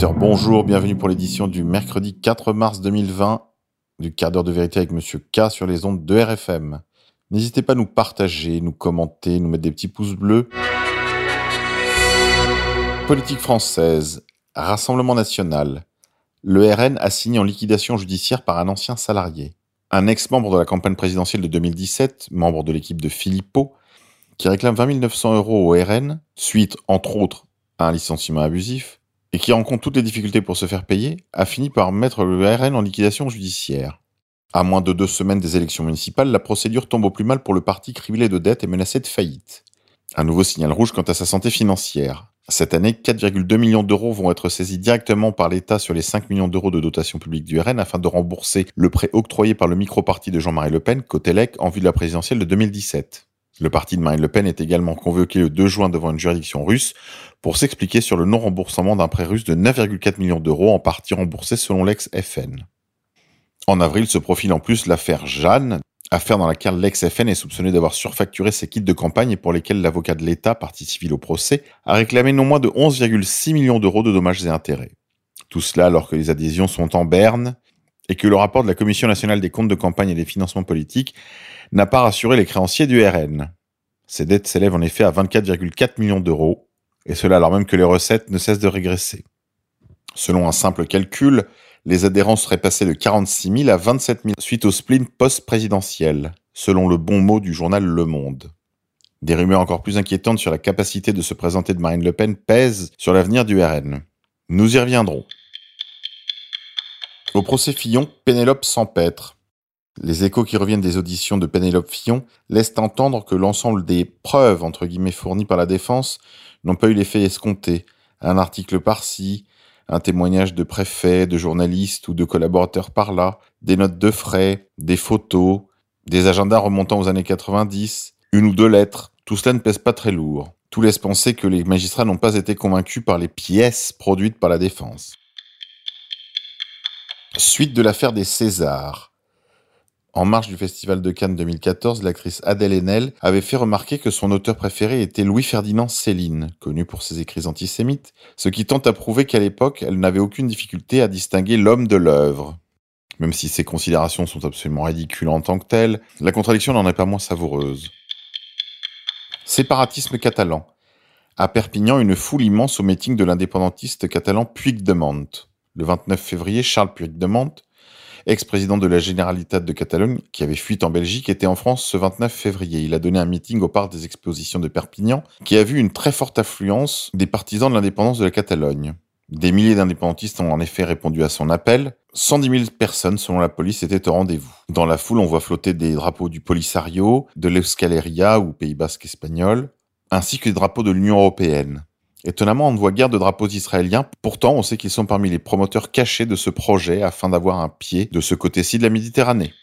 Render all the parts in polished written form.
auditeurs, bonjour, bienvenue pour l'édition du mercredi 4 mars 2020 du quart d'heure de vérité avec Monsieur K sur les ondes de RFM. N'hésitez pas à nous partager, nous commenter, nous mettre des petits pouces bleus. Politique française, Rassemblement national. Le RN assigné en liquidation judiciaire par un ancien salarié. Un ex-membre de la campagne présidentielle de 2017, membre de l'équipe de Philippot, qui réclame 20 900 € au RN, suite, entre autres, à un licenciement abusif, et qui rencontre toutes les difficultés pour se faire payer, a fini par mettre le RN en liquidation judiciaire. À moins de 2 semaines des élections municipales, la procédure tombe au plus mal pour le parti criblé de dettes et menacé de faillite. Un nouveau signal rouge quant à sa santé financière. Cette année, 4,2 millions d'euros vont être saisis directement par l'État sur les 5 millions d'euros de dotation publique du RN afin de rembourser le prêt octroyé par le micro-parti de Jean-Marie Le Pen, Cotelec, en vue de la présidentielle de 2017. Le parti de Marine Le Pen est également convoqué le 2 juin devant une juridiction russe pour s'expliquer sur le non-remboursement d'un prêt russe de 9,4 millions d'euros en partie remboursé selon l'ex-FN. En avril se profile en plus l'affaire Jeanne, affaire dans laquelle l'ex-FN est soupçonné d'avoir surfacturé ses kits de campagne et pour lesquels l'avocat de l'État, partie civile au procès, a réclamé non moins de 11,6 millions d'euros de dommages et intérêts. Tout cela alors que les adhésions sont en berne et que le rapport de la Commission nationale des comptes de campagne et des financements politiques n'a pas rassuré les créanciers du RN. Ces dettes s'élèvent en effet à 24,4 millions d'euros, et cela alors même que les recettes ne cessent de régresser. Selon un simple calcul, les adhérents seraient passés de 46 000 à 27 000 suite au spleen post-présidentiel, selon le bon mot du journal Le Monde. Des rumeurs encore plus inquiétantes sur la capacité de se présenter de Marine Le Pen pèsent sur l'avenir du RN. Nous y reviendrons. Au procès Fillon, Pénélope s'empêtre. Les échos qui reviennent des auditions de Pénélope Fillon laissent entendre que l'ensemble des « preuves » entre guillemets fournies par la défense n'ont pas eu l'effet escompté. Un article par-ci, un témoignage de préfet, de journalistes ou de collaborateurs par-là, des notes de frais, des photos, des agendas remontant aux années 90, une ou deux lettres, tout cela ne pèse pas très lourd. Tout laisse penser que les magistrats n'ont pas été convaincus par les pièces produites par la défense. Suite de l'affaire des Césars. En marge du Festival de Cannes 2014, l'actrice Adèle Haenel avait fait remarquer que son auteur préféré était Louis-Ferdinand Céline, connu pour ses écrits antisémites, ce qui tente à prouver qu'à l'époque, elle n'avait aucune difficulté à distinguer l'homme de l'œuvre. Même si ces considérations sont absolument ridicules en tant que telles, la contradiction n'en est pas moins savoureuse. Séparatisme catalan. À Perpignan, une foule immense au meeting de l'indépendantiste catalan Puigdemont. Le 29 février, Charles Puigdemont, ex-président de la Généralitat de Catalogne, qui avait fui en Belgique, était en France ce 29 février. Il a donné un meeting au parc des expositions de Perpignan, qui a vu une très forte affluence des partisans de l'indépendance de la Catalogne. Des milliers d'indépendantistes ont en effet répondu à son appel. 110 000 personnes, selon la police, étaient au rendez-vous. Dans la foule, on voit flotter des drapeaux du Polisario, de l'Euskal Herria ou Pays Basque espagnol, ainsi que des drapeaux de l'Union européenne. Étonnamment, on ne voit guère de drapeaux israéliens, pourtant on sait qu'ils sont parmi les promoteurs cachés de ce projet afin d'avoir un pied de ce côté-ci de la Méditerranée.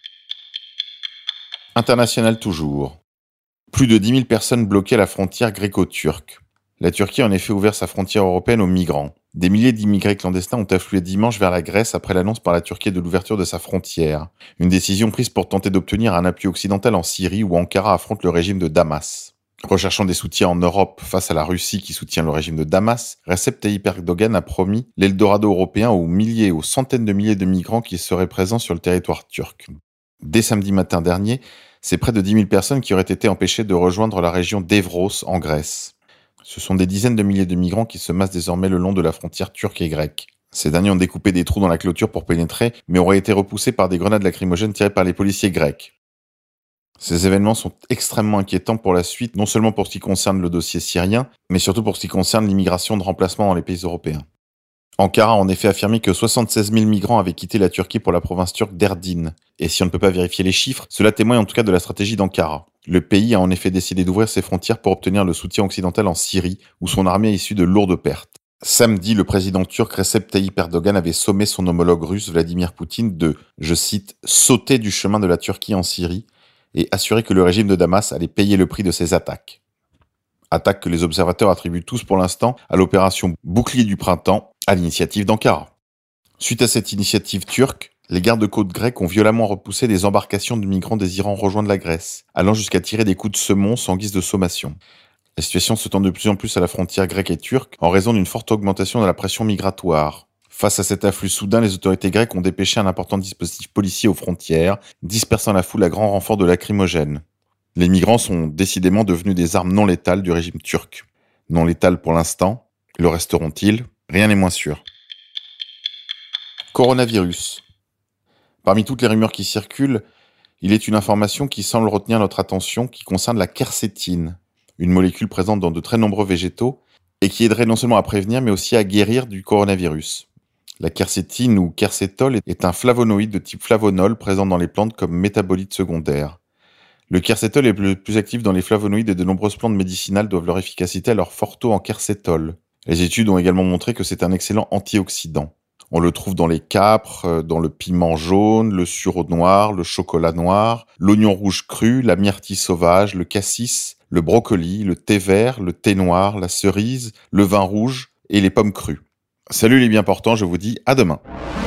International toujours. Plus de 10 000 personnes bloquées à la frontière gréco-turque. La Turquie a en effet ouvert sa frontière européenne aux migrants. Des milliers d'immigrés clandestins ont afflué dimanche vers la Grèce après l'annonce par la Turquie de l'ouverture de sa frontière. Une décision prise pour tenter d'obtenir un appui occidental en Syrie où Ankara affronte le régime de Damas. Recherchant des soutiens en Europe face à la Russie qui soutient le régime de Damas, Recep Tayyip Erdogan a promis l'Eldorado européen aux milliers, aux centaines de milliers de migrants qui seraient présents sur le territoire turc. Dès samedi matin dernier, c'est près de 10 000 personnes qui auraient été empêchées de rejoindre la région d'Evros en Grèce. Ce sont des dizaines de milliers de migrants qui se massent désormais le long de la frontière turque et grecque. Ces derniers ont découpé des trous dans la clôture pour pénétrer, mais auraient été repoussés par des grenades lacrymogènes tirées par les policiers grecs. Ces événements sont extrêmement inquiétants pour la suite, non seulement pour ce qui concerne le dossier syrien, mais surtout pour ce qui concerne l'immigration de remplacement dans les pays européens. Ankara a en effet affirmé que 76 000 migrants avaient quitté la Turquie pour la province turque d'Erdin. Et si on ne peut pas vérifier les chiffres, cela témoigne en tout cas de la stratégie d'Ankara. Le pays a en effet décidé d'ouvrir ses frontières pour obtenir le soutien occidental en Syrie, où son armée a issu de lourdes pertes. Samedi, le président turc Recep Tayyip Erdogan avait sommé son homologue russe Vladimir Poutine de, je cite, « sauter du chemin de la Turquie en Syrie » et assurer que le régime de Damas allait payer le prix de ses attaques. Attaques que les observateurs attribuent tous pour l'instant à l'opération Bouclier du Printemps, à l'initiative d'Ankara. Suite à cette initiative turque, les gardes-côtes grecs ont violemment repoussé des embarcations de migrants désirant rejoindre la Grèce, allant jusqu'à tirer des coups de semonce en guise de sommation. La situation se tend de plus en plus à la frontière grecque et turque en raison d'une forte augmentation de la pression migratoire. Face à cet afflux soudain, les autorités grecques ont dépêché un important dispositif policier aux frontières, dispersant la foule à grand renfort de lacrymogènes. Les migrants sont décidément devenus des armes non létales du régime turc. Non létales pour l'instant, le resteront-ils? Rien n'est moins sûr. Coronavirus. Parmi toutes les rumeurs qui circulent, il est une information qui semble retenir notre attention qui concerne la quercétine, une molécule présente dans de très nombreux végétaux et qui aiderait non seulement à prévenir mais aussi à guérir du coronavirus. La quercétine ou quercétol est un flavonoïde de type flavonol présent dans les plantes comme métabolite secondaire. Le quercétol est le plus actif dans les flavonoïdes et de nombreuses plantes médicinales doivent leur efficacité à leur fort taux en quercétol. Les études ont également montré que c'est un excellent antioxydant. On le trouve dans les câpres, dans le piment jaune, le sureau noir, le chocolat noir, l'oignon rouge cru, la myrtille sauvage, le cassis, le brocoli, le thé vert, le thé noir, la cerise, le vin rouge et les pommes crues. Salut les bien portants, je vous dis à demain.